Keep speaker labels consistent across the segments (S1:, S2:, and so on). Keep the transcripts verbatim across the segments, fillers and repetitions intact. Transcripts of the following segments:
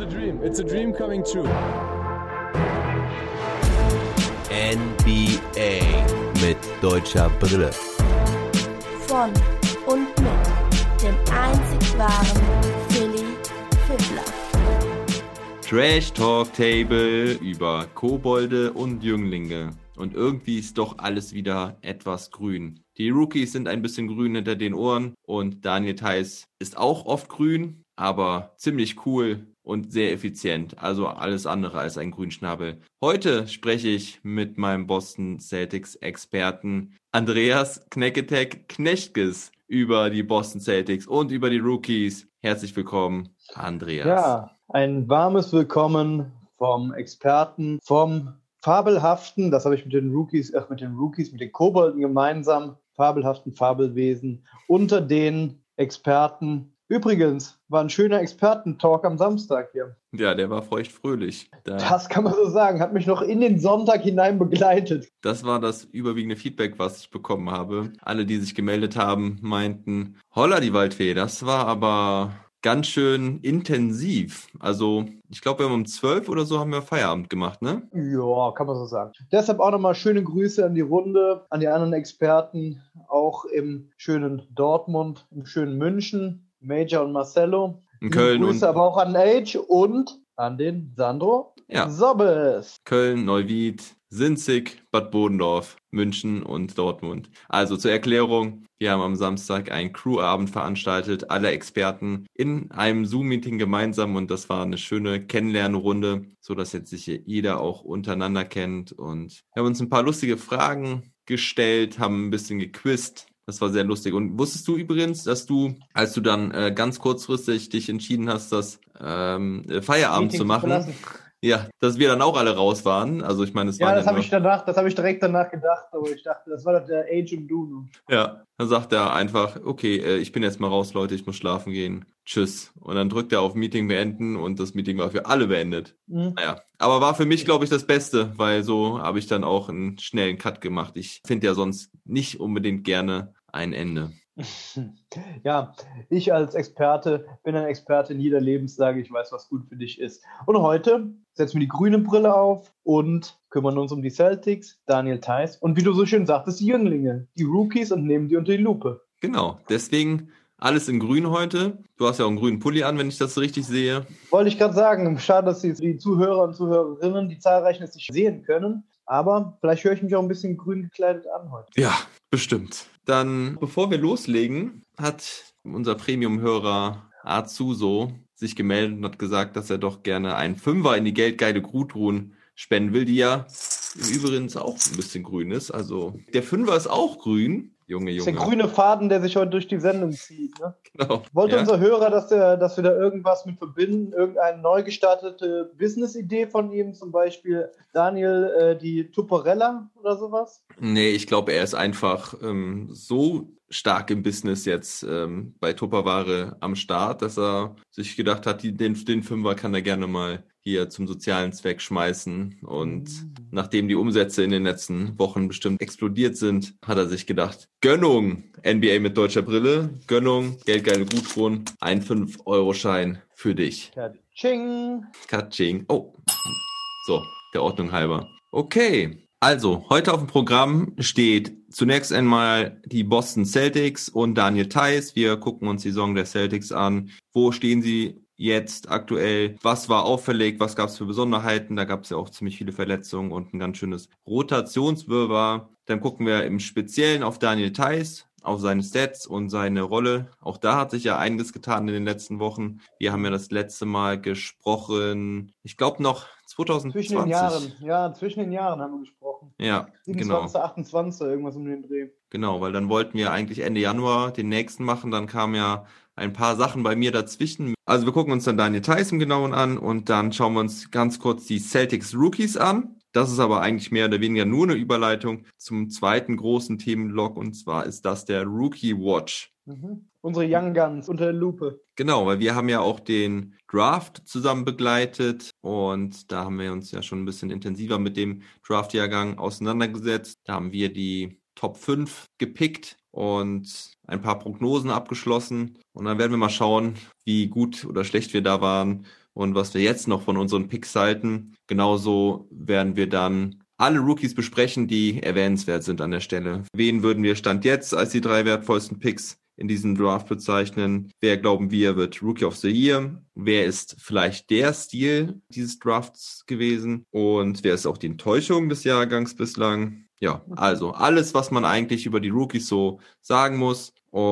S1: a dream. It's a dream coming true.
S2: N B A mit deutscher Brille.
S3: Von und mit dem einzig wahren Philly Fiddler.
S4: Trash Talk Table über Kobolde und Jünglinge. Und irgendwie ist doch alles wieder etwas grün. Die Rookies sind ein bisschen grün hinter den Ohren und Daniel Theis ist auch oft grün, aber ziemlich cool und sehr effizient. Also alles andere als ein Grünschnabel. Heute spreche ich mit meinem Boston Celtics Experten Andreas Knecketeck Knechtges über die Boston Celtics und über die Rookies. Herzlich willkommen, Andreas.
S5: Ja, ein warmes Willkommen vom Experten, vom fabelhaften, das habe ich mit den Rookies, ach mit den Rookies, mit den Kobolden gemeinsam, fabelhaften Fabelwesen unter den Experten. Übrigens, war ein schöner Experten-Talk am Samstag hier.
S4: Ja, der war feuchtfröhlich. Da
S5: das kann man so sagen, hat mich noch in den Sonntag hinein begleitet.
S4: Das war das überwiegende Feedback, was ich bekommen habe. Alle, die sich gemeldet haben, meinten, holla die Waldfee, das war aber ganz schön intensiv. Also ich glaube, wir haben um zwölf oder so haben wir Feierabend gemacht, ne?
S5: Ja, kann man so sagen. Deshalb auch nochmal schöne Grüße an die Runde, an die anderen Experten, auch im schönen Dortmund, im schönen München, Major und Marcello.
S4: In Köln
S5: Grüße
S4: und
S5: aber auch an Age und an den Sandro
S4: ja.
S5: Sobbes.
S4: Köln, Neuwied, Sinzig, Bad Bodendorf, München und Dortmund. Also zur Erklärung, wir haben am Samstag einen Crew-Abend veranstaltet, alle Experten in einem Zoom-Meeting gemeinsam und das war eine schöne Kennenlernrunde, sodass jetzt sich jeder auch untereinander kennt und wir haben uns ein paar lustige Fragen gestellt, haben ein bisschen gequizt. Das war sehr lustig. Und wusstest du übrigens, dass du, als du dann äh, ganz kurzfristig dich entschieden hast, das ähm, Feierabend
S5: Meeting
S4: zu machen,
S5: zu
S4: ja, dass wir dann auch alle raus waren. Also ich meine, es
S5: ja,
S4: waren
S5: das
S4: ja
S5: habe ich danach, das habe ich direkt danach gedacht, aber ich dachte, das war doch der Age und Du.
S4: Ja, dann sagt er einfach, okay, äh, ich bin jetzt mal raus, Leute, ich muss schlafen gehen. Tschüss. Und dann drückt er auf Meeting beenden und das Meeting war für alle beendet.
S5: Mhm.
S4: Naja, aber war für mich, glaube ich, das Beste, weil so habe ich dann auch einen schnellen Cut gemacht. Ich finde ja sonst nicht unbedingt gerne ein Ende.
S5: Ja, ich als Experte bin ein Experte in jeder Lebenslage. Ich weiß, was gut für dich ist. Und heute setzen wir die grüne Brille auf und kümmern uns um die Celtics, Daniel Theis und wie du so schön sagtest, die Jünglinge, die Rookies und nehmen die unter die Lupe.
S4: Genau, deswegen alles in grün heute. Du hast ja auch einen grünen Pulli an, wenn ich das so richtig sehe.
S5: Wollte ich gerade sagen. Schade, dass die Zuhörer und Zuhörerinnen, die zahlreichen, es nicht sehen können. Aber vielleicht höre ich mich auch ein bisschen grün gekleidet an heute.
S4: Ja, bestimmt. Dann, bevor wir loslegen, hat unser Premium-Hörer Azuso sich gemeldet und hat gesagt, dass er doch gerne einen Fünfer in die geldgeile Gudrun spenden will, die ja übrigens auch ein bisschen grün ist. Also der Fünfer ist auch grün. Junge, Junge.
S5: Das ist der grüne Faden, der sich heute durch die Sendung zieht. Ne?
S4: Genau.
S5: Wollte
S4: ja.
S5: unser Hörer, dass, der, dass wir da irgendwas mit verbinden? Irgendeine neu gestartete Business-Idee von ihm? Zum Beispiel Daniel, äh, die Tupperella oder sowas?
S4: Nee, ich glaube, er ist einfach ähm, so stark im Business jetzt ähm, bei Tupperware am Start, dass er sich gedacht hat, die, den, den Fünfer kann er gerne mal hier zum sozialen Zweck schmeißen. Und mhm. nachdem die Umsätze in den letzten Wochen bestimmt explodiert sind, hat er sich gedacht, Gönnung, N B A mit deutscher Brille, Gönnung, geldgeile Gudrun, ein fünf-Euro-Schein für dich.
S5: Katsching.
S4: Katsching. Oh, so, der Ordnung halber. Okay. Also, heute auf dem Programm steht zunächst einmal die Boston Celtics und Daniel Theis. Wir gucken uns die Saison der Celtics an. Wo stehen sie jetzt aktuell? Was war auffällig? Was gab es für Besonderheiten? Da gab es ja auch ziemlich viele Verletzungen und ein ganz schönes Rotationswirrwarr. Dann gucken wir im Speziellen auf Daniel Theis, auf seine Stats und seine Rolle. Auch da hat sich ja einiges getan in den letzten Wochen. Wir haben ja das letzte Mal gesprochen, ich glaube noch zwanzig zwanzig.
S5: Zwischen den Jahren, ja, zwischen den Jahren haben wir gesprochen.
S4: Ja,
S5: siebenundzwanzig,
S4: genau.
S5: achtundzwanzig, irgendwas um den Dreh.
S4: Genau, weil dann wollten wir eigentlich Ende Januar den nächsten machen, dann kamen ja ein paar Sachen bei mir dazwischen. Also wir gucken uns dann Daniel Theis im Genauen an und dann schauen wir uns ganz kurz die Celtics Rookies an. Das ist aber eigentlich mehr oder weniger nur eine Überleitung zum zweiten großen Themenblock und zwar ist das der Rookie Watch.
S5: Mhm. Unsere Young Guns unter der Lupe.
S4: Genau, weil wir haben ja auch den Draft zusammen begleitet und da haben wir uns ja schon ein bisschen intensiver mit dem Draft-Jahrgang auseinandergesetzt. Da haben wir die Top fünf gepickt und ein paar Prognosen abgeschlossen und dann werden wir mal schauen, wie gut oder schlecht wir da waren und was wir jetzt noch von unseren Picks halten. Genauso werden wir dann alle Rookies besprechen, die erwähnenswert sind an der Stelle. Wen würden wir Stand jetzt als die drei wertvollsten Picks in diesem Draft bezeichnen? Wer glauben wir wird Rookie of the Year? Wer ist vielleicht der Stil dieses Drafts gewesen? Und wer ist auch die Enttäuschung des Jahrgangs bislang? Ja, also alles, was man eigentlich über die Rookies so sagen muss.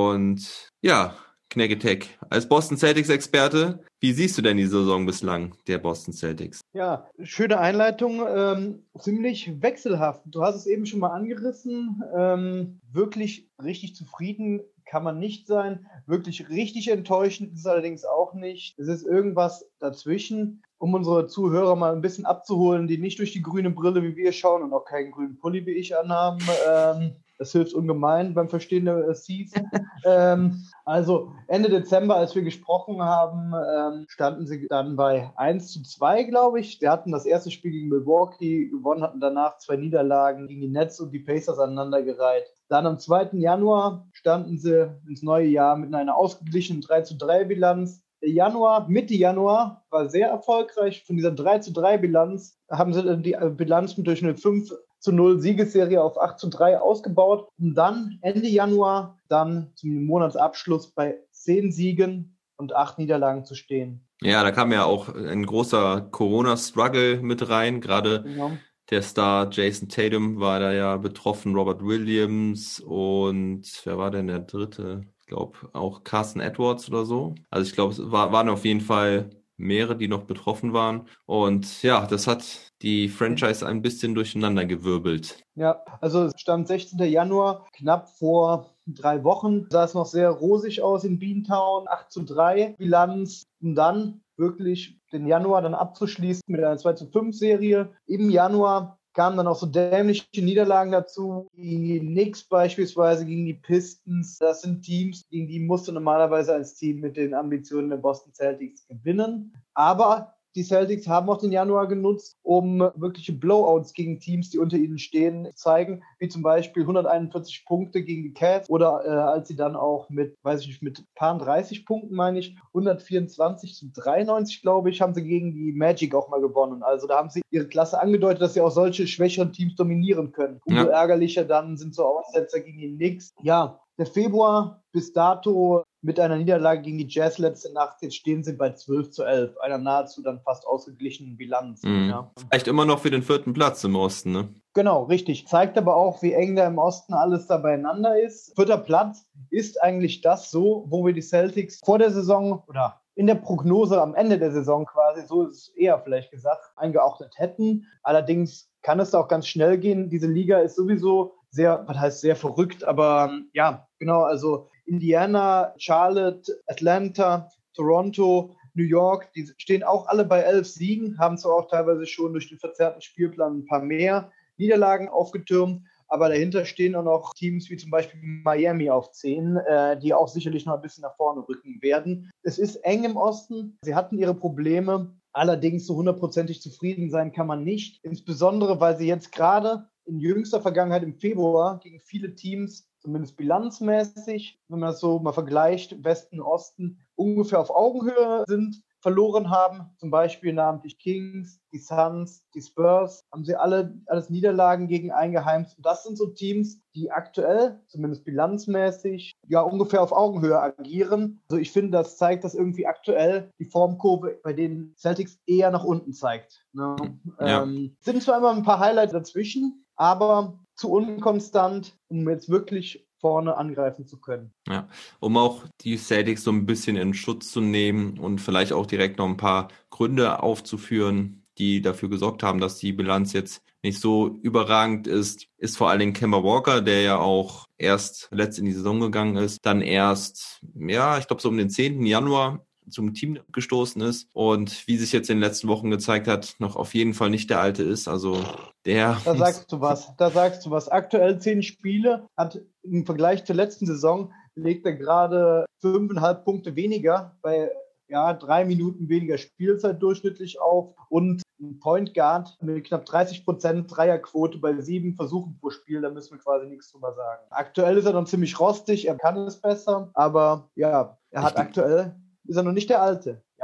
S4: Und ja, Knegetek, als Boston Celtics-Experte, wie siehst du denn die Saison bislang der Boston Celtics?
S5: Ja, schöne Einleitung, ähm, ziemlich wechselhaft. Du hast es eben schon mal angerissen, ähm, wirklich richtig zufrieden kann man nicht sein. Wirklich richtig enttäuschend ist es allerdings auch nicht. Es ist irgendwas dazwischen, um unsere Zuhörer mal ein bisschen abzuholen, die nicht durch die grüne Brille wie wir schauen und auch keinen grünen Pulli wie ich anhaben. Ähm, das hilft ungemein beim Verstehen der Season. ähm, also Ende Dezember, als wir gesprochen haben, ähm, standen sie dann bei eins zu zwei, glaube ich. Sie hatten das erste Spiel gegen Milwaukee gewonnen, hatten danach zwei Niederlagen gegen die Nets und die Pacers aneinandergereiht. Dann am zweiten Januar standen sie ins neue Jahr mit einer ausgeglichenen drei zu drei Bilanz. Der Januar, Mitte Januar war sehr erfolgreich. Von dieser drei zu drei Bilanz haben sie die Bilanz mit durch eine fünf zu null Siegesserie auf acht zu drei ausgebaut, um dann Ende Januar dann zum Monatsabschluss bei zehn Siegen und acht Niederlagen zu stehen.
S4: Ja, da kam ja auch ein großer Corona-Struggle mit rein, gerade
S5: Genau.
S4: Der Star Jason Tatum war da ja betroffen, Robert Williams und wer war denn der dritte? Ich glaube auch Carson Edwards oder so. Also ich glaube, es war, waren auf jeden Fall mehrere, die noch betroffen waren. Und ja, das hat die Franchise ein bisschen durcheinander gewirbelt.
S5: Ja, also es stand sechzehnten Januar, knapp vor drei Wochen, sah es noch sehr rosig aus in Beantown, acht zu drei Bilanz. Und dann wirklich den Januar dann abzuschließen mit einer zwei zu fünf Serie. Im Januar kamen dann auch so dämliche Niederlagen dazu, gegen die Knicks beispielsweise, gegen die Pistons. Das sind Teams, gegen die musst du normalerweise als Team mit den Ambitionen der Boston Celtics gewinnen. Aber die Celtics haben auch den Januar genutzt, um wirkliche Blowouts gegen Teams, die unter ihnen stehen, zu zeigen, wie zum Beispiel hunderteinundvierzig Punkte gegen die Cavs oder äh, als sie dann auch mit, weiß ich nicht, mit paar dreißig Punkten, meine ich, hundertvierundzwanzig zu dreiundneunzig, glaube ich, haben sie gegen die Magic auch mal gewonnen. Also da haben sie ihre Klasse angedeutet, dass sie auch solche schwächeren Teams dominieren können. Umso
S4: Ja.
S5: ärgerlicher dann sind so Aussetzer gegen die Knicks. Ja, der Februar bis dato mit einer Niederlage gegen die Jazz letzte Nacht, jetzt stehen sie bei zwölf zu elf, einer nahezu dann fast ausgeglichenen Bilanz.
S4: Mhm.
S5: Ja.
S4: Vielleicht immer noch für den vierten Platz im Osten, ne?
S5: Genau, richtig. Zeigt aber auch, wie eng da im Osten alles da beieinander ist. Vierter Platz ist eigentlich das so, wo wir die Celtics vor der Saison oder in der Prognose am Ende der Saison quasi, so ist es eher vielleicht gesagt, eingeordnet hätten. Allerdings kann es da auch ganz schnell gehen. Diese Liga ist sowieso sehr, was heißt sehr verrückt, aber ja, genau, also Indiana, Charlotte, Atlanta, Toronto, New York, die stehen auch alle bei elf Siegen, haben zwar auch teilweise schon durch den verzerrten Spielplan ein paar mehr Niederlagen aufgetürmt, aber dahinter stehen auch noch Teams wie zum Beispiel Miami auf zehn, äh, die auch sicherlich noch ein bisschen nach vorne rücken werden. Es ist eng im Osten, sie hatten ihre Probleme, allerdings so hundertprozentig zufrieden sein kann man nicht, insbesondere weil sie jetzt gerade in jüngster Vergangenheit im Februar gegen viele Teams, zumindest bilanzmäßig, wenn man das so mal vergleicht, Westen, Osten, ungefähr auf Augenhöhe sind, verloren haben. Zum Beispiel namentlich Kings, die Suns, die Spurs, haben sie alle alles Niederlagen gegen eingeheimst. Und das sind so Teams, die aktuell, zumindest bilanzmäßig, ja ungefähr auf Augenhöhe agieren. Also ich finde, das zeigt, dass irgendwie aktuell die Formkurve bei den Celtics eher nach unten zeigt. Ne?
S4: Ja.
S5: Ähm, sind zwar immer ein paar Highlights dazwischen, aber zu unkonstant, um jetzt wirklich vorne angreifen zu können.
S4: Ja, um auch die Celtics so ein bisschen in Schutz zu nehmen und vielleicht auch direkt noch ein paar Gründe aufzuführen, die dafür gesorgt haben, dass die Bilanz jetzt nicht so überragend ist, ist vor allen Dingen Kemba Walker, der ja auch erst letzt in die Saison gegangen ist, dann erst, ja, ich glaube so um den zehnten Januar zum Team gestoßen ist und wie sich jetzt in den letzten Wochen gezeigt hat, noch auf jeden Fall nicht der Alte ist. Also der...
S5: Da sagst du was, da sagst du was. Aktuell zehn Spiele, hat im Vergleich zur letzten Saison, legt er gerade fünfeinhalb Punkte weniger, bei ja, drei Minuten weniger Spielzeit durchschnittlich auf und ein Point Guard mit knapp dreißig Prozent Dreierquote bei sieben Versuchen pro Spiel, da müssen wir quasi nichts drüber sagen. Aktuell ist er dann ziemlich rostig, er kann es besser, aber ja, er hat
S4: Ich-
S5: aktuell ist er noch nicht der Alte, ja.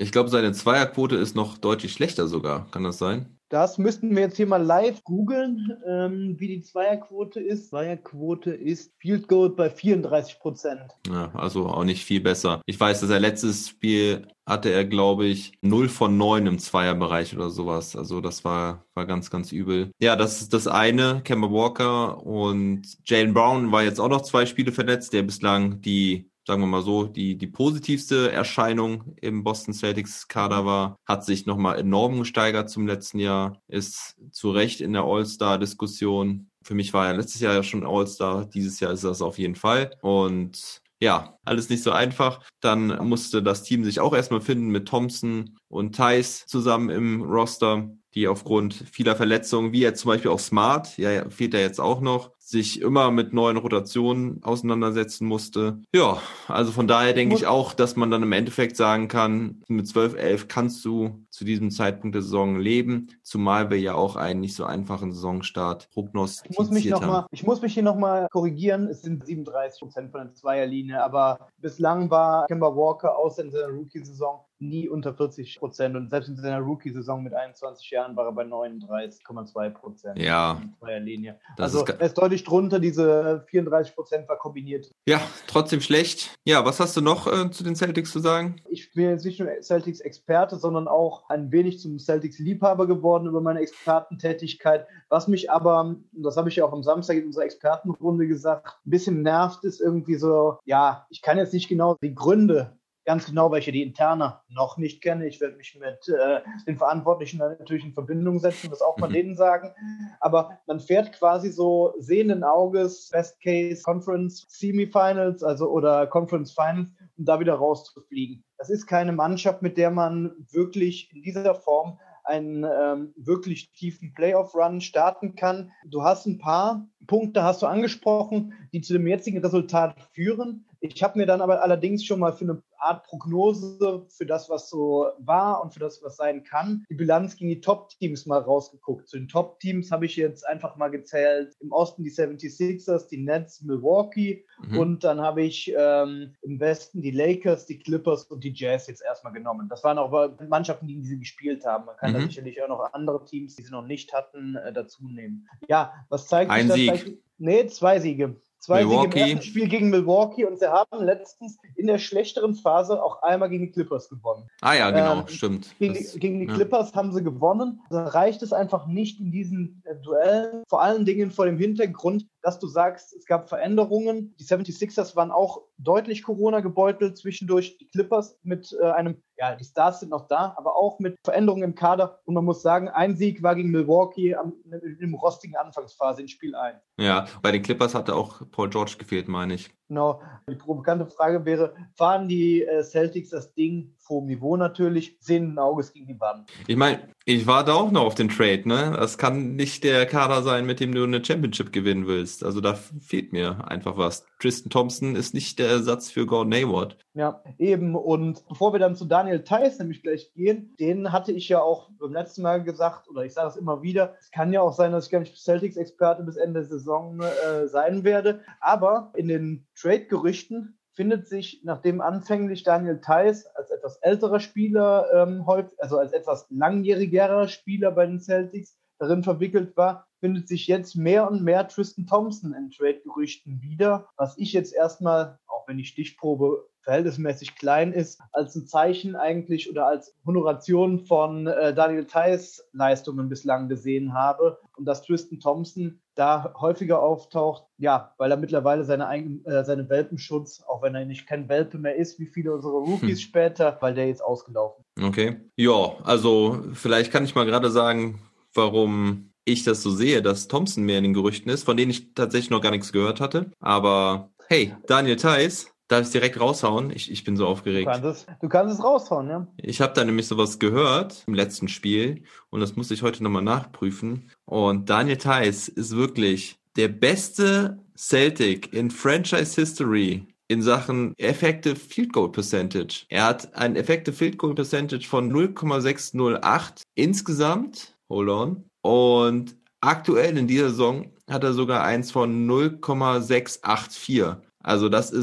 S4: Ich glaube, seine Zweierquote ist noch deutlich schlechter sogar. Kann das sein?
S5: Das müssten wir jetzt hier mal live googeln, ähm, wie die Zweierquote ist. Zweierquote ist Field Goal bei vierunddreißig Prozent.
S4: Ja, also auch nicht viel besser. Ich weiß, dass er letztes Spiel hatte er, glaube ich, null von neun im Zweierbereich oder sowas. Also das war war ganz, ganz übel. Ja, das ist das eine. Kemba Walker und Jaylen Brown war jetzt auch noch zwei Spiele verletzt, der bislang die sagen wir mal so, die die positivste Erscheinung im Boston Celtics Kader war, hat sich nochmal enorm gesteigert zum letzten Jahr, ist zu Recht in der All-Star-Diskussion. Für mich war er letztes Jahr ja schon All-Star, dieses Jahr ist das auf jeden Fall. Und ja, alles nicht so einfach. Dann musste das Team sich auch erstmal finden mit Thompson und Theis zusammen im Roster, die aufgrund vieler Verletzungen, wie jetzt zum Beispiel auch Smart, ja, fehlt er jetzt auch noch, sich immer mit neuen Rotationen auseinandersetzen musste. Ja, also von daher denke ich auch, dass man dann im Endeffekt sagen kann, mit zwölf elf kannst du zu diesem Zeitpunkt der Saison leben, zumal wir ja auch einen nicht so einfachen Saisonstart prognostiziert
S5: ich muss mich noch
S4: haben.
S5: Mal, ich muss mich hier nochmal korrigieren, es sind siebenunddreißig Prozent von der Zweierlinie, aber bislang war Kemba Walker außer in seiner Rookie-Saison nie unter vierzig Prozent und selbst in seiner Rookie-Saison mit einundzwanzig Jahren war er bei neununddreißig Komma zwei Prozent
S4: Ja,
S5: in der Zweierlinie.
S4: das
S5: Also
S4: ist
S5: er ist deutlich drunter, diese vierunddreißig Prozent war kombiniert.
S4: Ja, trotzdem schlecht. Ja, was hast du noch äh, zu den Celtics zu sagen?
S5: Ich bin jetzt nicht nur Celtics-Experte, sondern auch ein wenig zum Celtics-Liebhaber geworden über meine Expertentätigkeit. Was mich aber, das habe ich ja auch am Samstag in unserer Expertenrunde gesagt, ein bisschen nervt, ist irgendwie so, ja, ich kann jetzt nicht genau die Gründe ganz genau, weil ich ja die Interna noch nicht kenne. Ich werde mich mit äh, den Verantwortlichen dann natürlich in Verbindung setzen, das auch mal mhm. denen sagen. Aber man fährt quasi so sehenden Auges Best Case Conference Semifinals, also oder Conference Finals, um da wieder rauszufliegen. Das ist keine Mannschaft, mit der man wirklich in dieser Form einen ähm, wirklich tiefen Playoff-Run starten kann. Du hast ein paar Punkte, hast du angesprochen, die zu dem jetzigen Resultat führen. Ich habe mir dann aber allerdings schon mal für eine Art Prognose für das, was so war und für das, was sein kann, die Bilanz gegen die Top-Teams mal rausgeguckt. Zu den Top-Teams habe ich jetzt einfach mal gezählt, im Osten die seventy-sixers, die Nets, Milwaukee mhm. und dann habe ich ähm, im Westen die Lakers, die Clippers und die Jazz jetzt erstmal genommen. Das waren auch Mannschaften, gegen die sie gespielt haben. Man kann mhm. da sicherlich auch noch andere Teams, die sie noch nicht hatten, äh, dazu nehmen. Ja, was zeigt
S4: Ein
S5: sich
S4: Sieg.
S5: das? Sieg. Nee, zwei Siege. Zwei Milwaukee. Siege im ersten Spiel gegen Milwaukee und sie haben letztens in der schlechteren Phase auch einmal gegen die Clippers gewonnen.
S4: Ah ja, genau,
S5: ähm,
S4: stimmt.
S5: Gegen,
S4: das,
S5: die, gegen die
S4: ja.
S5: Clippers haben sie gewonnen. Da reicht es einfach nicht in diesen äh, Duellen, vor allen Dingen vor dem Hintergrund, dass du sagst, es gab Veränderungen. Die seventy-sixers waren auch deutlich Corona gebeutelt zwischendurch. Die Clippers mit äh, einem, ja, die Stars sind noch da, aber auch mit Veränderungen im Kader. Und man muss sagen, ein Sieg war gegen Milwaukee am, im rostigen Anfangsphase in Spiel eins.
S4: Ja, bei den Clippers hatte auch Paul George gefehlt, meine ich.
S5: Genau. Die provokante Frage wäre, fahren die äh, Celtics das Ding vor dem Niveau natürlich, sehenden Auges gegen die Wand?
S4: Ich meine, ich warte auch noch auf den Trade, ne? Das kann nicht der Kader sein, mit dem du eine Championship gewinnen willst. Also da fehlt mir einfach was. Tristan Thompson ist nicht der Ersatz für Gordon Hayward.
S5: Ja, eben. Und bevor wir dann zu Daniel Theis nämlich gleich gehen, den hatte ich ja auch beim letzten Mal gesagt, oder ich sage es immer wieder, es kann ja auch sein, dass ich gar nicht Celtics-Experte bis Ende der Saison äh, sein werde. Aber in den Trade-Gerüchten findet sich, nachdem anfänglich Daniel Theis als etwas älterer Spieler, ähm, häufig, also als etwas langjährigerer Spieler bei den Celtics darin verwickelt war, findet sich jetzt mehr und mehr Tristan Thompson in Trade-Gerüchten wieder, was ich jetzt erstmal, auch wenn die Stichprobe verhältnismäßig klein ist, als ein Zeichen eigentlich oder als Honoration von äh, Daniel Theis Leistungen bislang gesehen habe und dass Tristan Thompson da häufiger auftaucht, ja, weil er mittlerweile seine eigenen, äh, seine Welpenschutz, auch wenn er nicht kein Welpe mehr ist, wie viele unserer Rookies hm. später, weil der jetzt ausgelaufen.
S4: Okay. Ja, also vielleicht kann ich mal gerade sagen, warum ich das so sehe, dass Thompson mehr in den Gerüchten ist, von denen ich tatsächlich noch gar nichts gehört hatte. Aber hey, Daniel Theis, darf ich es direkt raushauen? Ich, ich bin so aufgeregt.
S5: Du kannst es, du kannst es raushauen, ja.
S4: Ich habe da nämlich sowas gehört im letzten Spiel und das muss ich heute nochmal nachprüfen. Und Daniel Theis ist wirklich der beste Celtic in Franchise History in Sachen Effective Field Goal Percentage. Er hat ein Effective Field Goal Percentage von null Komma sechs null acht insgesamt. Hold on. Und aktuell in dieser Saison hat er sogar eins von null Komma sechs acht vier. Also das ist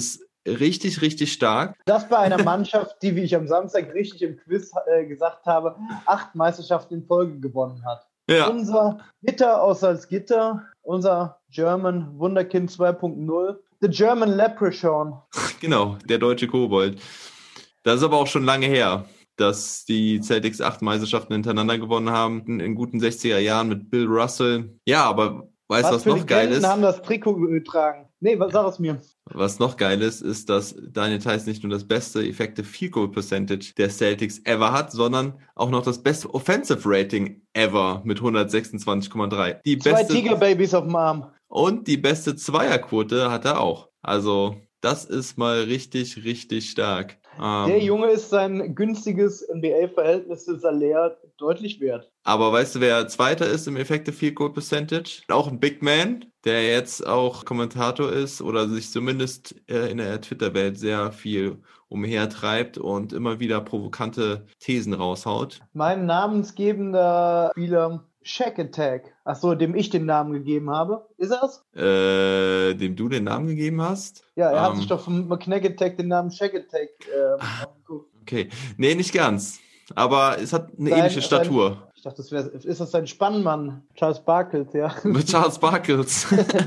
S4: richtig, richtig stark.
S5: Das bei einer Mannschaft, die, wie ich am Samstag richtig im Quiz äh, gesagt habe, acht Meisterschaften in Folge gewonnen hat.
S4: Ja.
S5: Unser Gitter aus Salzgitter, unser German Wunderkind zwei Punkt null, the German Leprechaun.
S4: Genau, der deutsche Kobold. Das ist aber auch schon lange her, dass die Celtics acht Meisterschaften hintereinander gewonnen haben, in, in guten sechziger Jahren mit Bill Russell. Ja, aber weißt du, was, was noch geil ist?
S5: haben das Trikot getragen. Nee, was, sag es mir.
S4: Was noch geil ist, ist, dass Daniel Theis nicht nur das beste Effective Field Goal Percentage der Celtics ever hat, sondern auch noch das beste Offensive Rating ever mit hundertsechsundzwanzig Komma drei. Die
S5: Zwei
S4: beste
S5: Tiger-Babys auf dem Arm.
S4: Und die beste Zweierquote hat er auch. Also das ist mal richtig, richtig stark. Ähm,
S5: Der Junge ist sein günstiges N B A-Verhältnis zu Salär deutlich wert.
S4: Aber weißt du, wer Zweiter ist im Effective Field Goal Percentage? Auch ein Big Man, der jetzt auch Kommentator ist oder sich zumindest äh, in der Twitter-Welt sehr viel umhertreibt und immer wieder provokante Thesen raushaut.
S5: Mein namensgebender Spieler Shaq Attack. Achso, dem ich den Namen gegeben habe. Ist er's?
S4: Äh, dem du den Namen gegeben hast?
S5: Ja, er
S4: ähm,
S5: hat sich doch von McKnack Attack den Namen Shaq Attack äh, aufgeguckt.
S4: Okay. Nee, nicht ganz. Aber es hat eine
S5: Sein,
S4: ähnliche Statur.
S5: Sein, ich dachte, das wäre, ist das sein Spannmann? Charles Barkley, ja.
S4: Mit Charles Barkley.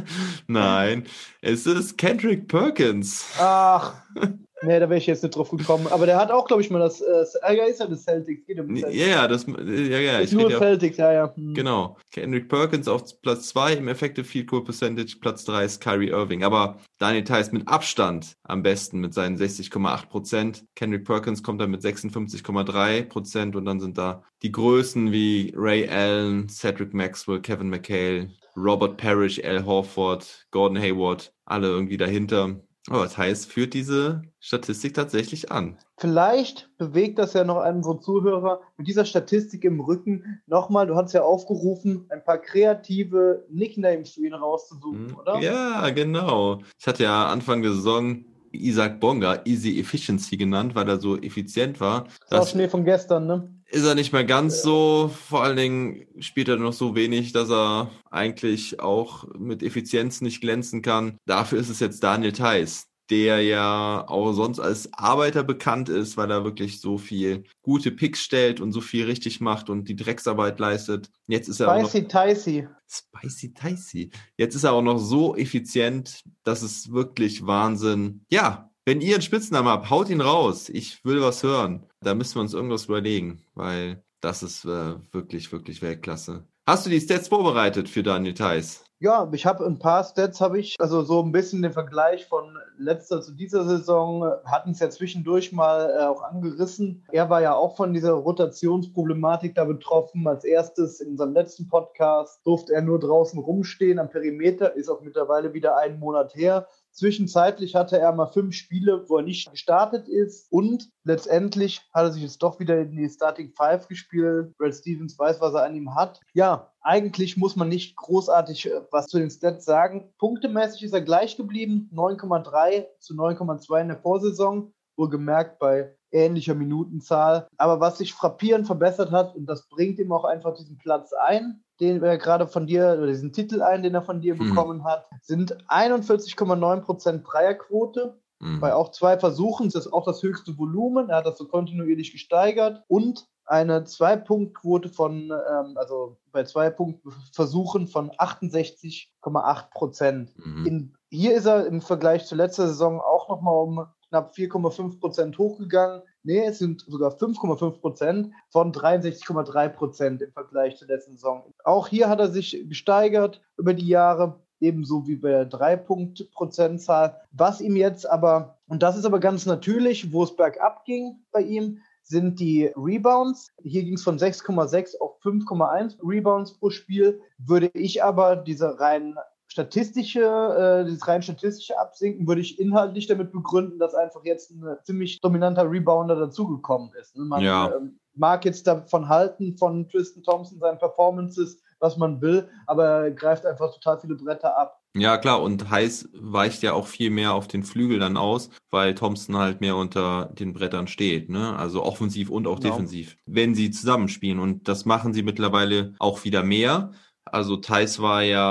S4: Nein, es ist Kendrick Perkins.
S5: Ach, nee, da wäre ich jetzt nicht drauf gekommen. Aber der hat auch, glaube ich, mal das, äh, ja, ist ja das Celtics. Geht um Celtics.
S4: Ja, ja, das, ja, ja.
S5: Ist nur Celtics, ja, ja. Hm.
S4: Genau. Kendrick Perkins auf Platz zwei im Effective Field Goal Percentage, Platz drei ist Kyrie Irving. Aber Daniel Theis mit Abstand am besten mit seinen sechzig Komma acht Prozent. Kendrick Perkins kommt dann mit sechsundfünfzig Komma drei Prozent und dann sind da die Größen wie Ray Allen, Cedric Maxwell, Kevin McHale, Robert Parrish, Al Horford, Gordon Hayward, alle irgendwie dahinter. Aber das heißt, führt diese Statistik tatsächlich an.
S5: Vielleicht bewegt das ja noch einen so Zuhörer mit dieser Statistik im Rücken nochmal, du hast ja aufgerufen, ein paar kreative Nicknames für ihn rauszusuchen, mhm. oder?
S4: Ja, genau. Ich hatte ja Anfang der Saison Isaac Bonga Easy Efficiency genannt, weil er so effizient war.
S5: Das war Schnee von gestern, ne?
S4: Ist er nicht mehr ganz ja. so. Vor allen Dingen spielt er noch so wenig, dass er eigentlich auch mit Effizienz nicht glänzen kann. Dafür ist es jetzt Daniel Theis, der ja auch sonst als Arbeiter bekannt ist, weil er wirklich so viel gute Picks stellt und so viel richtig macht und die Drecksarbeit leistet. Jetzt ist er
S5: Spicy auch noch Ticey.
S4: Spicy Ticey. Jetzt ist er auch noch so effizient, dass es wirklich Wahnsinn. Ja, wenn ihr einen Spitznamen habt, haut ihn raus. Ich will was hören. Da müssen wir uns irgendwas überlegen, weil das ist äh, wirklich, wirklich Weltklasse. Hast du die Stats vorbereitet für Daniel Theis?
S5: Ja, ich habe ein paar Stats, habe ich, also so ein bisschen den Vergleich von letzter zu dieser Saison, hatten es ja zwischendurch mal äh, auch angerissen. Er war ja auch von dieser Rotationsproblematik da betroffen. Als erstes in unserem letzten Podcast durfte er nur draußen rumstehen am Perimeter, ist auch mittlerweile wieder einen Monat her. Zwischenzeitlich hatte er mal fünf Spiele, wo er nicht gestartet ist und letztendlich hat er sich jetzt doch wieder in die Starting Five gespielt. Brad Stevens weiß, was er an ihm hat. Ja, eigentlich muss man nicht großartig was zu den Stats sagen. Punktemäßig ist er gleich geblieben, neun Komma drei zu neun Komma zwei in der Vorsaison, wohlgemerkt bei ähnlicher Minutenzahl. Aber was sich frappierend verbessert hat, und das bringt ihm auch einfach diesen Platz ein, den er gerade von dir, oder diesen Titel ein, den er von dir hm. bekommen hat, sind einundvierzig Komma neun Prozent Dreierquote. Hm. Bei auch zwei Versuchen, das ist auch das höchste Volumen, er hat das so kontinuierlich gesteigert und eine Zwei-Punkt-Quote von, ähm, also bei Zwei-Punkt-Versuchen von achtundsechzig Komma acht Prozent. Mhm. Hier ist er im Vergleich zur letzten Saison auch nochmal um knapp vier Komma fünf Prozent hochgegangen. Nee, es sind sogar fünf Komma fünf Prozent von dreiundsechzig Komma drei Prozent im Vergleich zur letzten Saison. Auch hier hat er sich gesteigert über die Jahre, ebenso wie bei der Drei-Punkt-Prozentzahl. Was ihm jetzt aber, und das ist aber ganz natürlich, wo es bergab ging bei ihm, sind die Rebounds. Hier ging es von sechs Komma sechs auf fünf Komma eins Rebounds pro Spiel. Würde ich aber diese rein statistische, äh, dieses rein statistische Absinken, würde ich inhaltlich damit begründen, dass einfach jetzt ein ziemlich dominanter Rebounder dazugekommen ist. Man ja. äh, mag jetzt davon halten, von Tristan Thompson, seinen Performances, was man will, aber er greift einfach total viele Bretter ab.
S4: Ja, klar, und Heiß weicht ja auch viel mehr auf den Flügel dann aus, weil Thompson halt mehr unter den Brettern steht, ne? Also offensiv und auch genau. defensiv, wenn sie zusammenspielen. Und das machen sie mittlerweile auch wieder mehr. Also Theis war ja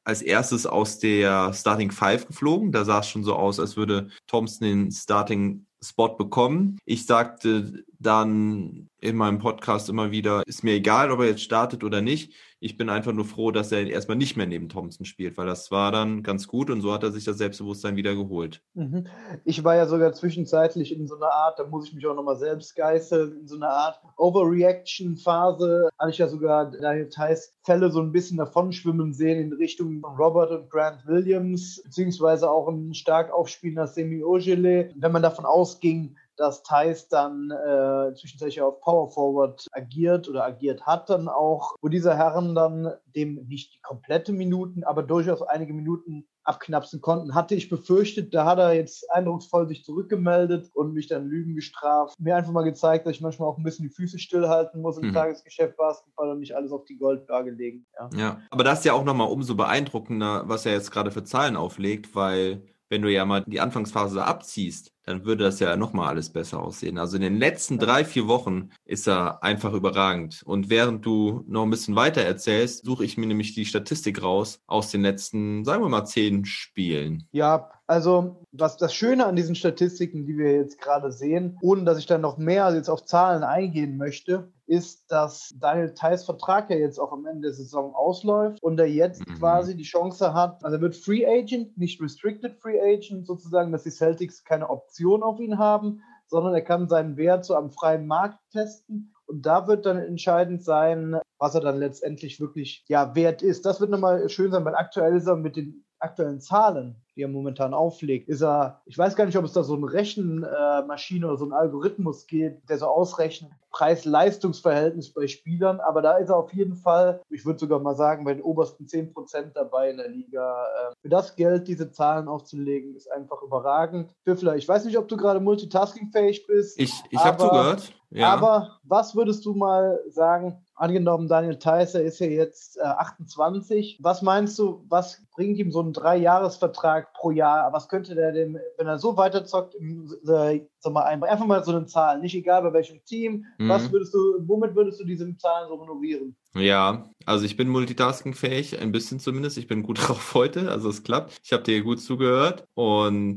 S4: als erstes aus der Starting Five geflogen. Da sah es schon so aus, als würde Thompson den Starting Spot bekommen. Ich sagte dann in meinem Podcast immer wieder, ist mir egal, ob er jetzt startet oder nicht. Ich bin einfach nur froh, dass er erstmal nicht mehr neben Thompson spielt, weil das war dann ganz gut und so hat er sich das Selbstbewusstsein wieder geholt.
S5: Mhm. Ich war ja sogar zwischenzeitlich in so einer Art, da muss ich mich auch nochmal selbst geißeln, in so einer Art Overreaction-Phase, hatte ich ja sogar Daniel Theis Fälle so ein bisschen davon schwimmen sehen in Richtung von Robert und Grant Williams, beziehungsweise auch ein stark aufspielender Semi Ojeleye. Wenn man davon ausging, dass Theis dann äh, zwischenzeitlich auf Power Forward agiert oder agiert hat dann auch, wo diese Herren dann dem nicht die komplette Minuten, aber durchaus einige Minuten abknapsen konnten, hatte ich befürchtet, da hat er jetzt eindrucksvoll sich zurückgemeldet und mich dann Lügen gestraft. Mir einfach mal gezeigt, dass ich manchmal auch ein bisschen die Füße stillhalten muss im mhm. Tagesgeschäft Basketball und nicht alles auf die Goldwaage legen. Ja,
S4: ja. Aber das ist ja auch nochmal umso beeindruckender, was er jetzt gerade für Zahlen auflegt, weil wenn du ja mal die Anfangsphase abziehst, dann würde das ja nochmal alles besser aussehen. Also in den letzten drei, vier Wochen ist er einfach überragend. Und während du noch ein bisschen weiter erzählst, suche ich mir nämlich die Statistik raus aus den letzten, sagen wir mal, zehn Spielen.
S5: Ja, also was das Schöne an diesen Statistiken, die wir jetzt gerade sehen, ohne dass ich dann noch mehr jetzt auf Zahlen eingehen möchte, ist, dass Daniel Theis Vertrag ja jetzt auch am Ende der Saison ausläuft und er jetzt mhm. quasi die Chance hat, also er wird Free Agent, nicht Restricted Free Agent sozusagen, dass die Celtics keine Option auf ihn haben, sondern er kann seinen Wert so am freien Markt testen und da wird dann entscheidend sein, was er dann letztendlich wirklich ja wert ist. Das wird nochmal schön sein, weil aktuell ist er mit den aktuellen Zahlen, die er momentan auflegt, ist er, ich weiß gar nicht, ob es da so eine Rechenmaschine oder so ein Algorithmus gibt, der so ausrechnet, Preis-Leistungs-Verhältnis bei Spielern, aber da ist er auf jeden Fall, ich würde sogar mal sagen, bei den obersten zehn Prozent dabei in der Liga. Für das Geld diese Zahlen aufzulegen, ist einfach überragend. Pfiffler, ich weiß nicht, ob du gerade multitaskingfähig bist.
S4: Ich, ich habe zugehört. Ja.
S5: Aber was würdest du mal sagen, angenommen Daniel Theis, er ist ja jetzt äh, achtundzwanzig, was meinst du, was bringt ihm so ein Drei-Jahres-Vertrag pro Jahr? Was könnte der denn, wenn er so weiterzockt, im, äh, sag mal, einfach, einfach mal so eine Zahl, nicht egal bei welchem Team, mhm. was würdest du, womit würdest du diese Zahlen so honorieren?
S4: Ja, also ich bin multitaskingfähig, ein bisschen zumindest. Ich bin gut drauf heute, also es klappt. Ich habe dir gut zugehört und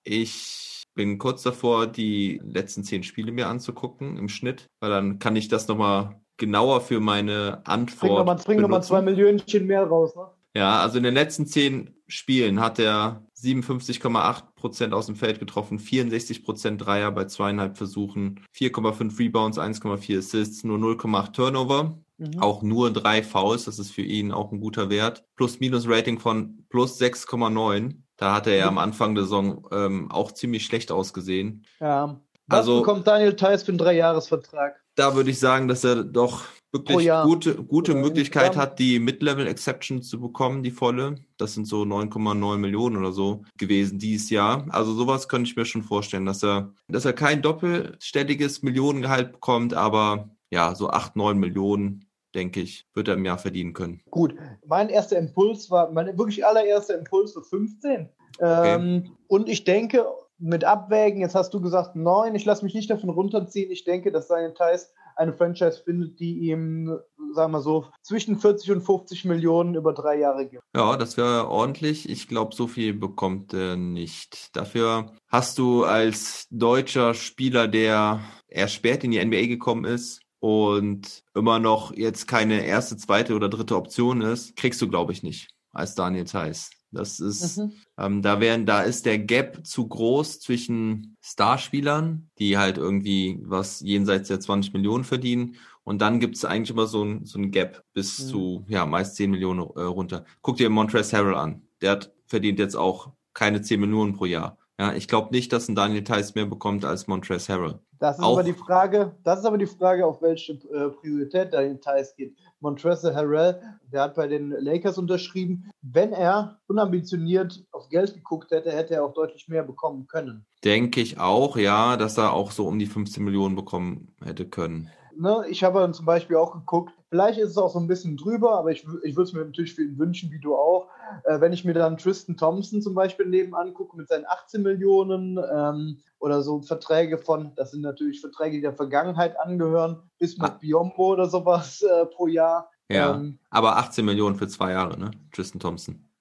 S4: ich bin kurz davor, die letzten zehn Spiele mir anzugucken im Schnitt, weil dann kann ich das nochmal genauer für meine Antwort benutzen.
S5: Bring nochmal zwei Millionchen mehr raus, ne?
S4: Ja, also in den letzten zehn Spielen hat er siebenundfünfzig Komma acht Prozent aus dem Feld getroffen, vierundsechzig Prozent Dreier bei zweieinhalb Versuchen, vier Komma fünf Rebounds, eins Komma vier Assists, nur null Komma acht Turnover. Mhm. Auch nur drei Fouls, das ist für ihn auch ein guter Wert. Plus-Minus-Rating von plus sechs Komma neun. Da hat er ja am Anfang der Saison ähm, auch ziemlich schlecht ausgesehen.
S5: Ja. Was
S4: also,
S5: bekommt Daniel Theis für einen Dreijahresvertrag?
S4: Da würde ich sagen, dass er doch wirklich gute, gute Möglichkeit hat, die Mid-Level-Exception zu bekommen, die volle. Das sind so neun Komma neun Millionen oder so gewesen dieses Jahr. Also sowas könnte ich mir schon vorstellen, dass er, dass er kein doppelstelliges Millionengehalt bekommt, aber ja, so acht, neun Millionen, denke ich, wird er im Jahr verdienen können.
S5: Gut, mein erster Impuls war, mein wirklich allererster Impuls war fünfzehn. Okay. Ähm, und ich denke, mit Abwägen, jetzt hast du gesagt neun, ich lasse mich nicht davon runterziehen. Ich denke, dass Daniel Theis eine Franchise findet, die ihm, sagen wir so, zwischen vierzig und fünfzig Millionen über drei Jahre gibt.
S4: Ja, das wäre ordentlich. Ich glaube, so viel bekommt er nicht. Dafür hast du als deutscher Spieler, der erst spät in die N B A gekommen ist und immer noch jetzt keine erste, zweite oder dritte Option ist, kriegst du, glaube ich, nicht als Daniel Theis. Das ist, mhm. ähm, da wären, da ist der Gap zu groß zwischen Starspielern, die halt irgendwie was jenseits der zwanzig Millionen verdienen. Und dann gibt es eigentlich immer so ein, so ein Gap bis mhm. zu, ja, meist zehn Millionen äh, runter. Guck dir Montrezl Harrell an. Der hat, verdient jetzt auch keine zehn Millionen pro Jahr. Ja, ich glaube nicht, dass ein Daniel Theis mehr bekommt als Montrezl Harrell.
S5: Das ist
S4: auch,
S5: aber die Frage, das ist aber die Frage, auf welche äh, Priorität Daniel Theis geht. Montrezl Harrell, der hat bei den Lakers unterschrieben. Wenn er unambitioniert auf Geld geguckt hätte, hätte er auch deutlich mehr bekommen können.
S4: Denke ich auch, ja, dass er auch so um die fünfzehn Millionen bekommen hätte können.
S5: Ne, ich habe dann zum Beispiel auch geguckt, vielleicht ist es auch so ein bisschen drüber, aber ich, ich würde es mir natürlich für ihn wünschen, wie du auch. Äh, wenn ich mir dann Tristan Thompson zum Beispiel neben angucke mit seinen achtzehn Millionen ähm, oder so Verträge von, das sind natürlich Verträge, die der Vergangenheit angehören, bis mit ah. Biyombo oder sowas äh, pro Jahr.
S4: Ja,
S5: ähm,
S4: aber achtzehn Millionen für zwei Jahre, ne? Tristan Thompson.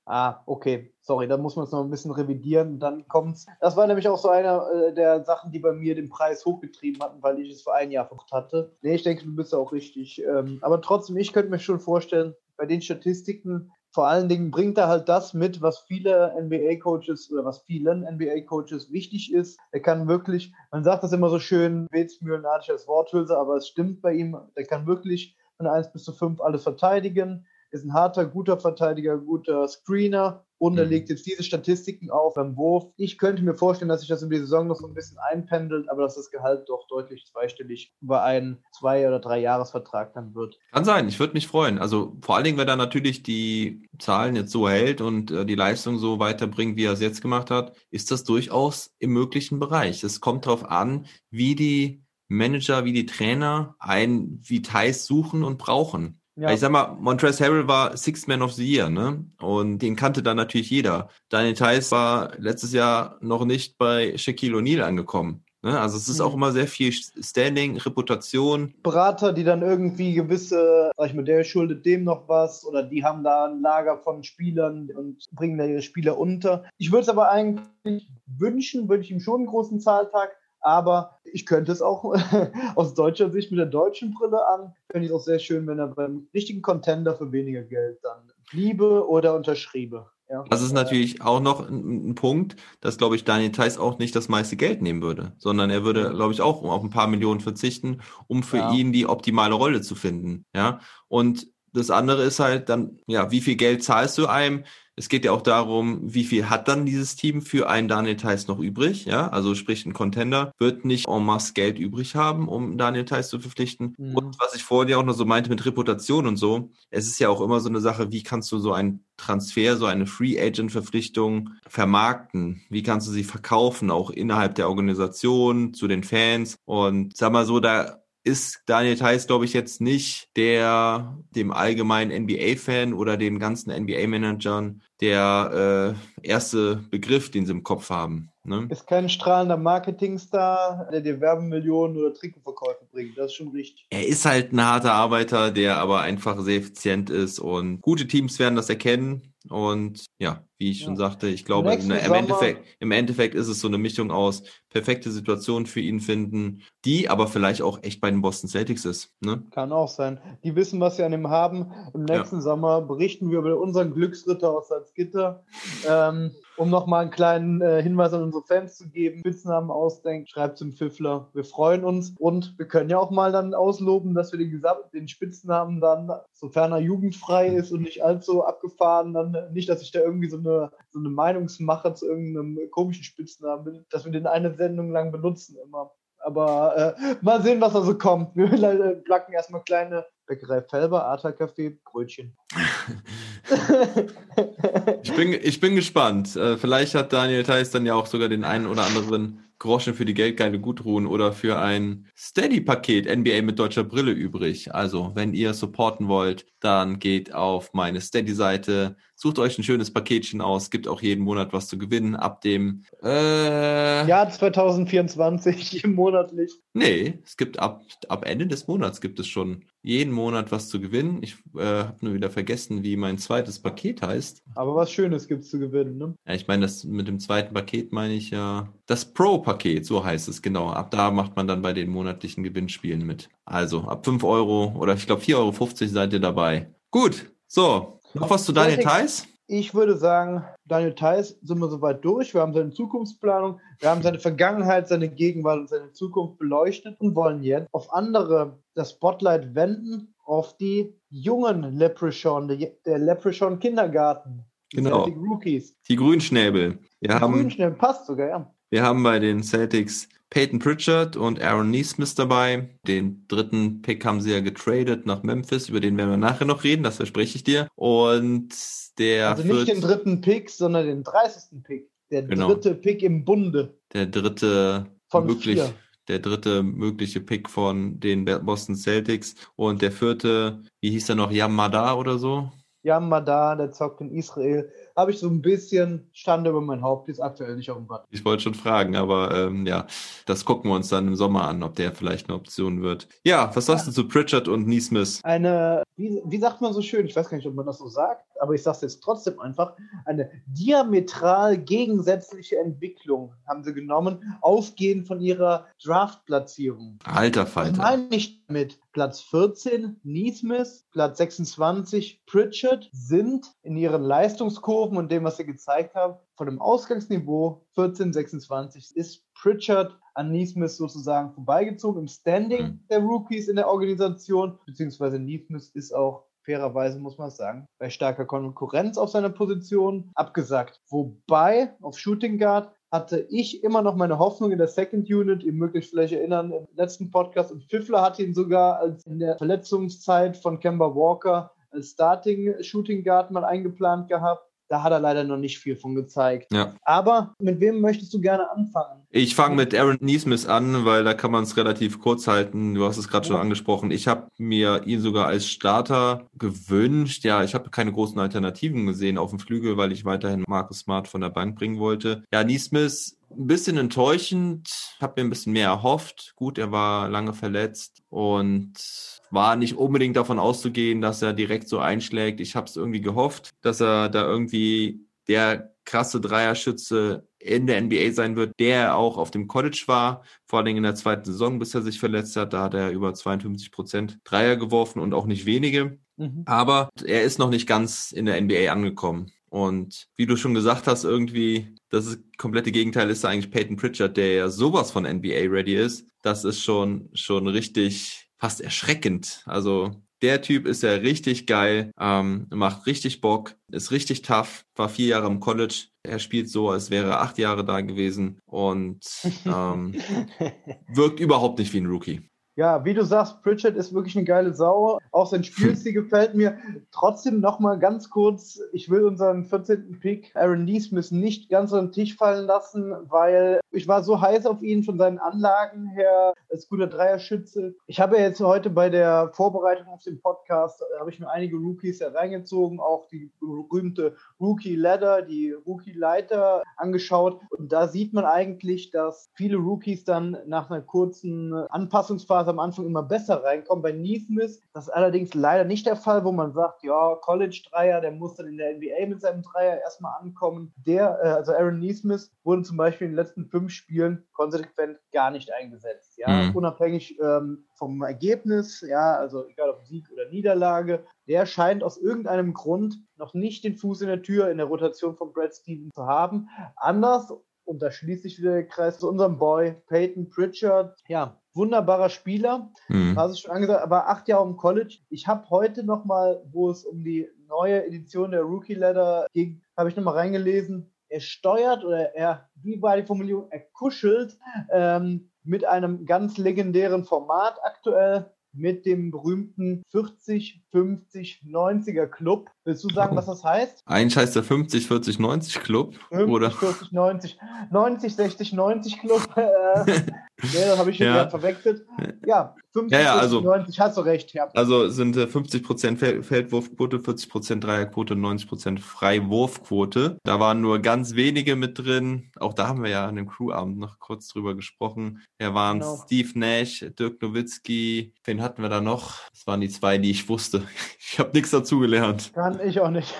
S5: Ah, okay. Sorry, da muss man es noch ein bisschen revidieren. Dann kommt's. Das war nämlich auch so einer äh, der Sachen, die bei mir den Preis hochgetrieben hatten, weil ich es für ein Jahr verkauft hatte. Nee, ich denke, du bist auch richtig. Ähm, aber trotzdem, ich könnte mir schon vorstellen, bei den Statistiken, vor allen Dingen bringt er halt das mit, was viele N B A-Coaches oder was vielen N B A-Coaches wichtig ist. Er kann wirklich, man sagt das immer so schön, Wetzmühlenartig als Worthülse, aber es stimmt bei ihm, der kann wirklich von eins bis zu fünf alles verteidigen. Ist ein harter, guter Verteidiger, guter Screener und er legt jetzt diese Statistiken auf beim Wurf. Ich könnte mir vorstellen, dass sich das in die Saison noch so ein bisschen einpendelt, aber dass das Gehalt doch deutlich zweistellig über einen Zwei- oder Drei-Jahres-Vertrag dann wird.
S4: Kann sein, ich würde mich freuen. Also vor allen Dingen, wenn er natürlich die Zahlen jetzt so hält und äh, die Leistung so weiterbringt, wie er es jetzt gemacht hat, ist das durchaus im möglichen Bereich. Es kommt darauf an, wie die Manager, wie die Trainer einen wie Theis suchen und brauchen. Ja. Ich sag mal, Montrezl Harrell war Sixth Man of the Year, ne? Und den kannte dann natürlich jeder. Daniel Theis war letztes Jahr noch nicht bei Shaquille O'Neal angekommen. Ne? Also es ist mhm. auch immer sehr viel Standing, Reputation.
S5: Berater, die dann irgendwie gewisse, sag ich mal, der schuldet dem noch was oder die haben da ein Lager von Spielern und bringen da ihre Spieler unter. Ich würde es aber eigentlich wünschen, würde ich ihm schon einen großen Zahltag. Aber ich könnte es auch aus deutscher Sicht mit der deutschen Brille an. Fände ich es auch sehr schön, wenn er beim richtigen Contender für weniger Geld dann bliebe oder unterschriebe. Ja.
S4: Das ist natürlich auch noch ein, ein Punkt, dass, glaube ich, Daniel Theis auch nicht das meiste Geld nehmen würde, sondern er würde, glaube ich, auch auf ein paar Millionen verzichten, um für ja. ihn die optimale Rolle zu finden. Ja. Und das andere ist halt dann, ja, wie viel Geld zahlst du einem? Es geht ja auch darum, wie viel hat dann dieses Team für einen Daniel Theis noch übrig, ja, also sprich ein Contender wird nicht en masse Geld übrig haben, um Daniel Theis zu verpflichten. Mhm. Und was ich vorhin ja auch noch so meinte mit Reputation und so, es ist ja auch immer so eine Sache, wie kannst du so einen Transfer, so eine Free-Agent-Verpflichtung vermarkten? Wie kannst du sie verkaufen, auch innerhalb der Organisation, zu den Fans? Und sag mal so, da ist Daniel Theis, glaube ich, jetzt nicht der dem allgemeinen N B A-Fan oder den ganzen N B A-Managern der äh, erste Begriff, den sie im Kopf haben. Ne?
S5: Ist kein strahlender Marketingstar, der dir Werbemillionen oder Trikotverkäufe bringt. Das ist schon richtig.
S4: Er ist halt ein harter Arbeiter, der aber einfach sehr effizient ist und gute Teams werden das erkennen. Und ja, wie ich ja. schon sagte, ich glaube, im Endeffekt, im Endeffekt ist es so eine Mischung aus perfekte Situationen für ihn finden, die aber vielleicht auch echt bei den Boston Celtics ist. Ne?
S5: Kann auch sein. Die wissen, was sie an ihm haben. Im nächsten ja. Sommer berichten wir über unseren Glücksritter aus Salzgitter. Ähm, um nochmal einen kleinen äh, Hinweis an unsere Fans zu geben, Spitznamen ausdenken, schreibt zum Pfiffler. Wir freuen uns und wir können ja auch mal dann ausloben, dass wir den, Gesam- den Spitznamen dann, sofern er jugendfrei ist und nicht allzu abgefahren, dann nicht, dass ich da irgendwie so eine, so eine Meinungsmache zu irgendeinem komischen Spitznamen bin, dass wir den eine Sendung lang benutzen immer. Aber äh, mal sehen, was da so kommt. Wir äh, placken erstmal kleine Bäckerei Felber, Arta-Café, Brötchen.
S4: ich, bin, ich bin gespannt. Äh, vielleicht hat Daniel Theis dann ja auch sogar den einen oder anderen Groschen für die Geldgeile Gudrun oder für ein Steady-Paket N B A mit deutscher Brille übrig. Also, wenn ihr supporten wollt, dann geht auf meine Steady-Seite, sucht euch ein schönes Paketchen aus, gibt auch jeden Monat was zu gewinnen ab dem äh,
S5: Jahr zwanzig vierundzwanzig monatlich.
S4: Nee, es gibt ab, ab Ende des Monats gibt es schon jeden Monat was zu gewinnen. Ich äh, habe nur wieder vergessen, wie mein zweites Paket heißt.
S5: Aber was Schönes gibt es zu gewinnen, ne?
S4: Ja, ich meine, das mit dem zweiten Paket meine ich ja das Pro-Paket, so heißt es, genau. Ab da macht man dann bei den monatlichen Gewinnspielen mit. Also ab fünf Euro oder ich glaube vier Euro fünfzig seid ihr dabei. Gut, so. Noch was zu Daniel Theis?
S5: Ich würde sagen, Daniel Theis sind wir soweit durch. Wir haben seine Zukunftsplanung, wir haben seine Vergangenheit, seine Gegenwart und seine Zukunft beleuchtet und wollen jetzt auf andere das Spotlight wenden, auf die jungen Leprechaun, der Leprechaun Kindergarten. Die
S4: genau.
S5: Celtic Rookies.
S4: Die Grünschnäbel. Wir
S5: die
S4: haben,
S5: Grünschnäbel passt sogar, ja.
S4: Wir haben bei den Celtics Peyton Pritchard und Aaron Nesmith dabei. Den dritten Pick haben sie ja getradet nach Memphis, über den werden wir nachher noch reden, das verspreche ich dir. Und der
S5: Also nicht den dritten Pick, sondern den dreißigsten Pick. Der
S4: genau.
S5: dritte Pick im Bunde.
S4: Der dritte
S5: von
S4: möglich,
S5: vier.
S4: Der dritte mögliche Pick von den Boston Celtics. Und der vierte, wie hieß er noch, Yamada oder so?
S5: Yamada, der zockt in Israel. Habe ich so ein bisschen Stand über mein Haupt, ist aktuell nicht auf dem Band.
S4: Ich wollte schon fragen, aber ähm, ja, das gucken wir uns dann im Sommer an, ob der vielleicht eine Option wird. Ja, was sagst ja. du zu Pritchard und Nesmith?
S5: Eine, wie, wie sagt man so schön, ich weiß gar nicht, ob man das so sagt, aber ich sage es jetzt trotzdem einfach, eine diametral gegensätzliche Entwicklung haben sie genommen, ausgehend von ihrer Draft-Platzierung.
S4: Alter
S5: Was
S4: Falter.
S5: meine ich mit Platz vierzehn, Neesmith, Platz sechsundzwanzig, Pritchard sind in ihren Leistungskurven und dem, was sie gezeigt haben, von dem Ausgangsniveau vierzehn, sechsundzwanzig ist Pritchard an Neesmith sozusagen vorbeigezogen im Standing
S4: Mhm.
S5: der Rookies in der Organisation, beziehungsweise Neesmith ist auch fairerweise, muss man sagen, bei starker Konkurrenz auf seiner Position abgesagt. Wobei auf Shooting Guard hatte ich immer noch meine Hoffnung in der Second Unit. Ihr mögt euch vielleicht erinnern, im letzten Podcast, und Pfiffler hat ihn sogar als in der Verletzungszeit von Kemba Walker als Starting Shooting Guard mal eingeplant gehabt. Da hat er leider noch nicht viel von gezeigt.
S4: Ja.
S5: Aber mit wem möchtest du gerne anfangen?
S4: Ich fange mit Aaron Neesmith an, weil da kann man es relativ kurz halten. Du hast es gerade schon
S5: Ja.
S4: angesprochen. Ich habe mir ihn sogar als Starter gewünscht. Ja, ich habe keine großen Alternativen gesehen auf dem Flügel, weil ich weiterhin Marcus Smart von der Bank bringen wollte. Ja, Neesmith, ein bisschen enttäuschend. Habe mir ein bisschen mehr erhofft. Gut, er war lange verletzt und war nicht unbedingt davon auszugehen, dass er direkt so einschlägt. Ich habe es irgendwie gehofft, dass er da irgendwie der krasse Dreierschütze in der N B A sein wird, der er auch auf dem College war, vor allem in der zweiten Saison, bis er sich verletzt hat. Da hat er über zweiundfünfzig Prozent Dreier geworfen und auch nicht wenige.
S5: Mhm.
S4: Aber er ist noch nicht ganz in der N B A angekommen. Und wie du schon gesagt hast, irgendwie, das ist, komplette Gegenteil ist da eigentlich Peyton Pritchard, der ja sowas von N B A-ready ist. Das ist schon, schon richtig fast erschreckend. Also der Typ ist ja richtig geil, ähm, macht richtig Bock, ist richtig tough, war vier Jahre im College. Er spielt so, als wäre er acht Jahre da gewesen und ähm, wirkt überhaupt nicht wie ein Rookie.
S5: Ja, wie du sagst, Pritchard ist wirklich eine geile Sau. Auch sein Spielstil gefällt mir. Trotzdem nochmal ganz kurz, ich will unseren vierzehnten Pick Aaron Neesmith nicht ganz auf den Tisch fallen lassen, weil ich war so heiß auf ihn von seinen Anlagen her als guter Dreierschütze. Ich habe ja jetzt heute bei der Vorbereitung auf den Podcast, äh, habe ich mir einige Rookies hereingezogen, auch die berühmte Rookie-Ladder, die Rookie-Leiter angeschaut. Und da sieht man eigentlich, dass viele Rookies dann nach einer kurzen Anpassungsphase am Anfang immer besser reinkommen. Bei Neesmith, das ist allerdings leider nicht der Fall, wo man sagt, ja, College-Dreier, der muss dann in der N B A mit seinem Dreier erstmal ankommen. Der, äh, also Aaron Neesmith, wurde zum Beispiel in den letzten fünf Spielen konsequent gar nicht eingesetzt. Ja,
S4: Mhm.
S5: unabhängig ähm, vom Ergebnis, ja, also egal ob Sieg oder Niederlage, der scheint aus irgendeinem Grund noch nicht den Fuß in der Tür in der Rotation von Brad Stevens zu haben. Anders, und da schließt sich wieder der Kreis zu unserem Boy Peyton Pritchard. Ja, wunderbarer Spieler.
S4: Mhm.
S5: Hast du schon angesagt, aber acht Jahre im College. Ich habe heute nochmal, wo es um die neue Edition der Rookie Ladder ging, habe ich nochmal reingelesen. Er steuert oder er, wie war die Formulierung, er kuschelt ähm, mit einem ganz legendären Format aktuell, mit dem berühmten vierzig, fünfzig, neunziger Club. Willst du sagen,
S4: Oh.
S5: was das heißt?
S4: Eigentlich heißt der fünfzig, vierzig, neunzig Club,
S5: fünfzig,
S4: oder?
S5: vierzig, neunzig, neunzig, sechzig, neunzig Club. Äh, ja, das habe ich schon
S4: Ja.
S5: gerade verwechselt. Ja, fünfzig,
S4: Ja, ja,
S5: vierzig,
S4: also-
S5: neunzig, hast du recht. Ja.
S4: Also sind äh, fünfzig Prozent Fel- Feldwurfquote, vierzig Prozent Dreierquote, neunzig Prozent Freiwurfquote. Da waren nur ganz wenige mit drin. Auch da haben wir ja an dem Crewabend noch kurz drüber gesprochen. Da waren
S5: Genau.
S4: Steve Nash, Dirk Nowitzki. Wen hatten wir da noch? Das waren die zwei, die ich wusste. Ich habe nichts dazugelernt.
S5: Kann ich auch nicht.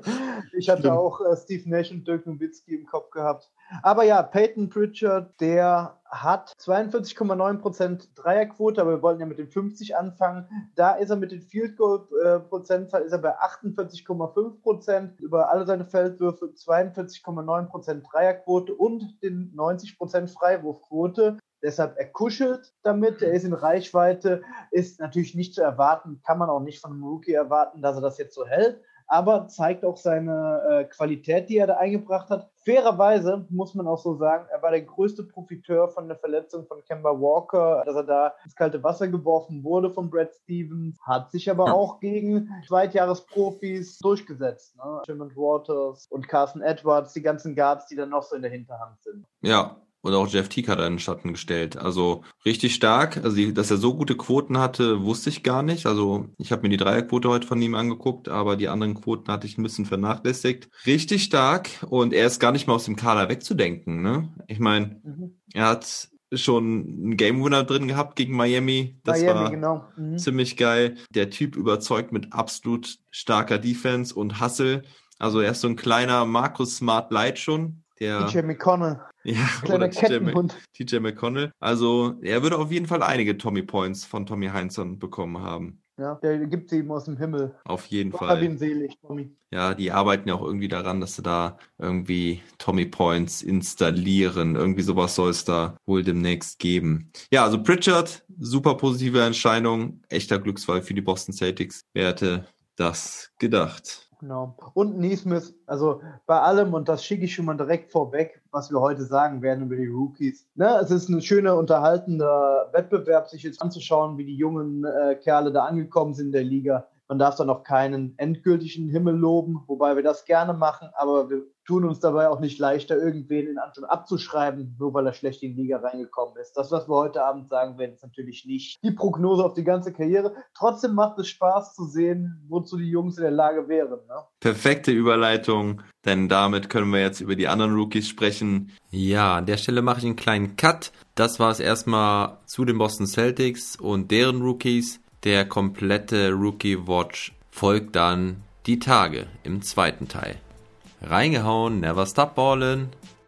S5: Ich hatte
S4: Stimmt.
S5: auch äh, Steve Nash und Dirk Nowitzki im Kopf gehabt. Aber ja, Peyton Pritchard, der hat zweiundvierzig Komma neun Prozent Dreierquote, aber wir wollten ja mit den fünfzig anfangen. Da ist er mit den Field Goal äh, Prozentzahl ist er bei achtundvierzig Komma fünf Prozent über alle seine Feldwürfe, zweiundvierzig Komma neun Prozent Dreierquote und den neunzig Prozent Freiwurfquote. Deshalb, er kuschelt damit, er ist in Reichweite, ist natürlich nicht zu erwarten, kann man auch nicht von einem Rookie erwarten, dass er das jetzt so hält, aber zeigt auch seine äh, Qualität, die er da eingebracht hat. Fairerweise muss man auch so sagen, er war der größte Profiteur von der Verletzung von Kemba Walker, dass er da ins kalte Wasser geworfen wurde von Brad Stevens, hat sich aber
S4: Ja.
S5: auch gegen Zweitjahresprofis durchgesetzt. Ne? Tremont Waters und Carson Edwards, die ganzen Guards, die dann noch so in der Hinterhand sind.
S4: Ja, und auch Jeff Teague hat er in den Schatten gestellt. Also richtig stark. Also, die, dass er so gute Quoten hatte, wusste ich gar nicht. Also, ich habe mir die Dreierquote heute von ihm angeguckt, aber die anderen Quoten hatte ich ein bisschen vernachlässigt. Richtig stark und er ist gar nicht mal aus dem Kader wegzudenken. Ne? Ich meine,
S5: Mhm.
S4: er hat schon einen Game Winner drin gehabt gegen Miami. Das
S5: Miami,
S4: war
S5: genau. Mhm.
S4: ziemlich geil. Der Typ überzeugt mit absolut starker Defense und Hustle. Also er ist so ein kleiner Marcus Smart Light schon. Der,
S5: T J McConnell.
S4: ja,
S5: Kleiner
S4: oder T J,
S5: Kettenhund.
S4: T J McConnell. Also er würde auf jeden Fall einige Tommy Points von Tommy Heinsohn bekommen haben.
S5: Ja, der gibt sie ihm aus dem Himmel.
S4: Auf jeden
S5: Gott hab
S4: Fall.
S5: ihn selig, Tommy.
S4: Ja, die arbeiten ja auch irgendwie daran, dass sie da irgendwie Tommy Points installieren. Irgendwie sowas soll es da wohl demnächst geben. Ja, also Pritchard, super positive Entscheidung. Echter Glücksfall für die Boston Celtics. Wer hätte das gedacht?
S5: Genau. Und Nesmith, also bei allem, und das schicke ich schon mal direkt vorweg, was wir heute sagen werden über die Rookies. Ne, es ist ein schöner, unterhaltender Wettbewerb, sich jetzt anzuschauen, wie die jungen äh, Kerle da angekommen sind in der Liga. Man darf da noch keinen endgültigen Himmel loben, wobei wir das gerne machen, aber wir tun uns dabei auch nicht leichter, irgendwen in Anführungszeichen abzuschreiben, nur weil er schlecht in die Liga reingekommen ist. Das, was wir heute Abend sagen werden, ist natürlich nicht die Prognose auf die ganze Karriere. Trotzdem macht es Spaß zu sehen, wozu die Jungs in der Lage wären. Ne?
S4: Perfekte Überleitung, denn damit können wir jetzt über die anderen Rookies sprechen. Ja, an der Stelle mache ich einen kleinen Cut. Das war es erstmal zu den Boston Celtics und deren Rookies. Der komplette Rookie-Watch folgt dann die Tage im zweiten Teil. Reingehauen, never stop ballin'.